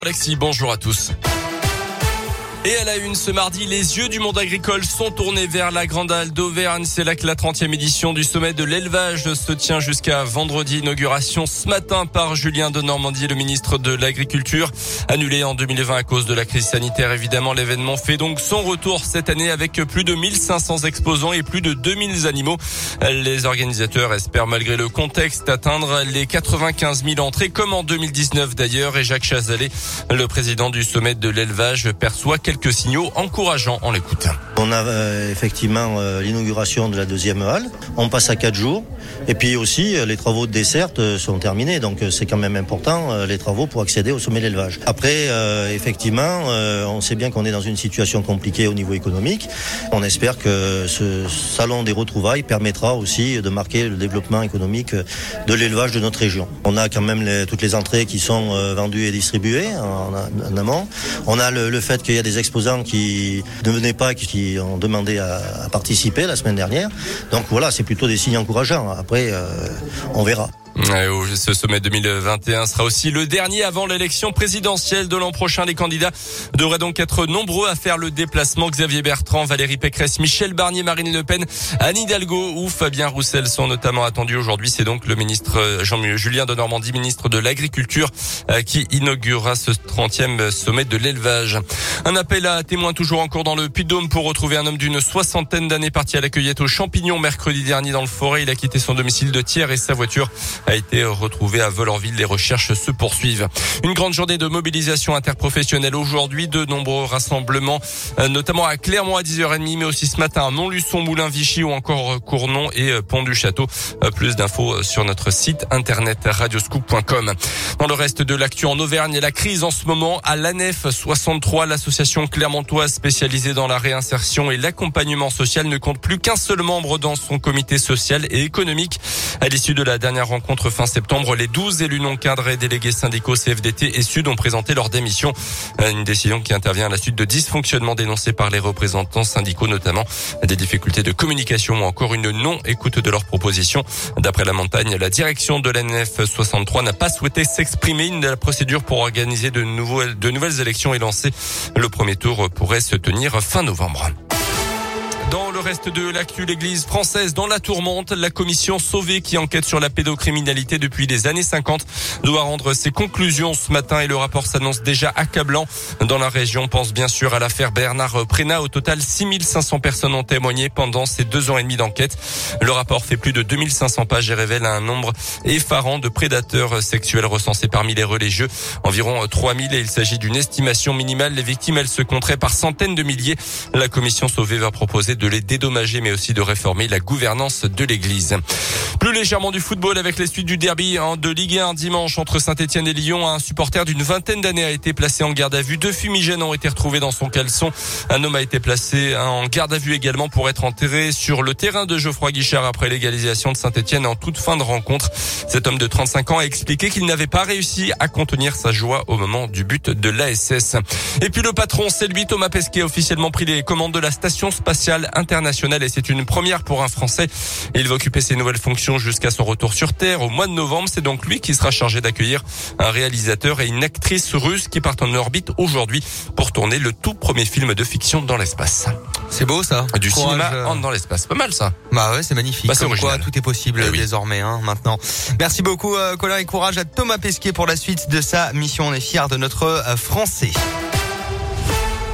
Alexis, bonjour à tous. Et à la une ce mardi, les yeux du monde agricole sont tournés vers la Grande Halle d'Auvergne. C'est là que la 30e édition du sommet de l'élevage se tient jusqu'à vendredi. Inauguration ce matin par Julien Denormandie, le ministre de l'Agriculture. Annulé en 2020 à cause de la crise sanitaire, évidemment, l'événement fait donc son retour cette année avec plus de 1500 exposants et plus de 2000 animaux. Les organisateurs espèrent, malgré le contexte, atteindre les 95 000 entrées, comme en 2019 d'ailleurs. Et Jacques Chazalet, le président du sommet de l'élevage, perçoit quelques signaux encourageants. On l'écoute. On a effectivement l'inauguration de la deuxième halle. On passe à 4 jours. Et puis aussi, les travaux de desserte sont terminés. Donc c'est quand même important, les travaux pour accéder au sommet de l'élevage. Après, effectivement, on sait bien qu'on est dans une situation compliquée au niveau économique. On espère que ce salon des retrouvailles permettra aussi de marquer le développement économique de l'élevage de notre région. On a quand même toutes les entrées qui sont vendues et distribuées en amont. On a le fait qu'il y a des exposants qui ne venaient pas, qui ont demandé à participer la semaine dernière. Donc voilà, c'est plutôt des signes encourageants. Après, on verra. Ce sommet 2021 sera aussi le dernier avant l'élection présidentielle de l'an prochain. Les candidats devraient donc être nombreux à faire le déplacement. Xavier Bertrand, Valérie Pécresse, Michel Barnier, Marine Le Pen, Anne Hidalgo ou Fabien Roussel sont notamment attendus aujourd'hui. C'est donc le ministre Julien Denormandie, ministre de l'Agriculture, qui inaugurera ce 30e sommet de l'élevage. Un appel à témoins toujours en cours dans le Puy-de-Dôme pour retrouver un homme d'une 60aine d'années parti à la cueillette aux champignons mercredi dernier dans le Forêt. Il a quitté son domicile de Thiers et sa voiture a été retrouvée à Vollorville. Les recherches se poursuivent. Une grande journée de mobilisation interprofessionnelle aujourd'hui. De nombreux rassemblements, notamment à Clermont à 10h30, mais aussi ce matin à Montluçon, Moulins-Vichy ou encore Cournon et Pont-du-Château. Plus d'infos sur notre site internet radioscoop.com. Dans le reste de l'actu en Auvergne, la crise en ce moment à l'ANEF 63, l'association clermontoise spécialisée dans la réinsertion et l'accompagnement social, ne compte plus qu'un seul membre dans son comité social et économique. À l'issue de la dernière rencontre fin septembre, les 12 élus non cadres et délégués syndicaux CFDT et Sud ont présenté leur démission. Une décision qui intervient à la suite de dysfonctionnements dénoncés par les représentants syndicaux, notamment des difficultés de communication ou encore une non-écoute de leurs propositions. D'après La Montagne, la direction de l'ANF 63 n'a pas souhaité s'exprimer. La procédure pour organiser de nouvelles élections est lancée. Le premier tour pourrait se tenir fin novembre. Dans le reste de l'actu, l'église française dans la tourmente, la commission Sauvé qui enquête sur la pédocriminalité depuis les années 50 doit rendre ses conclusions ce matin et le rapport s'annonce déjà accablant. Dans la région, on pense bien sûr à l'affaire Bernard Prénat. Au total, 6500 personnes ont témoigné pendant ces 2 ans et demi d'enquête. Le rapport fait plus de 2500 pages et révèle un nombre effarant de prédateurs sexuels recensés parmi les religieux. Environ 3000 et il s'agit d'une estimation minimale. Les victimes, elles se compteraient par centaines de milliers. La commission Sauvé va proposer de les dédommager, mais aussi de réformer la gouvernance de l'église. Plus légèrement du football avec les suites du derby de Ligue 1 dimanche entre Saint-Etienne et Lyon. Un supporter d'une vingtaine d'années a été placé en garde à vue. 2 fumigènes ont été retrouvés dans son caleçon. Un homme a été placé en garde à vue également pour être enterré sur le terrain de Geoffroy Guichard après l'égalisation de Saint-Etienne en toute fin de rencontre. Cet homme de 35 ans a expliqué qu'il n'avait pas réussi à contenir sa joie au moment du but de l'ASS. Et puis le patron, c'est lui, Thomas Pesquet, a officiellement pris les commandes de la station spatiale internationale et c'est une première pour un Français. Il va occuper ses nouvelles fonctions jusqu'à son retour sur Terre au mois de novembre. C'est donc lui qui sera chargé d'accueillir un réalisateur et une actrice russe qui partent en orbite aujourd'hui pour tourner le tout premier film de fiction dans l'espace. C'est beau ça. Du cinéma dans l'espace. Pas mal ça. Bah ouais, c'est magnifique. Bah, c'est comme original. quoi tout est possible désormais maintenant. Merci beaucoup Colin et courage à Thomas Pesquet pour la suite de sa mission. On est fiers de notre Français.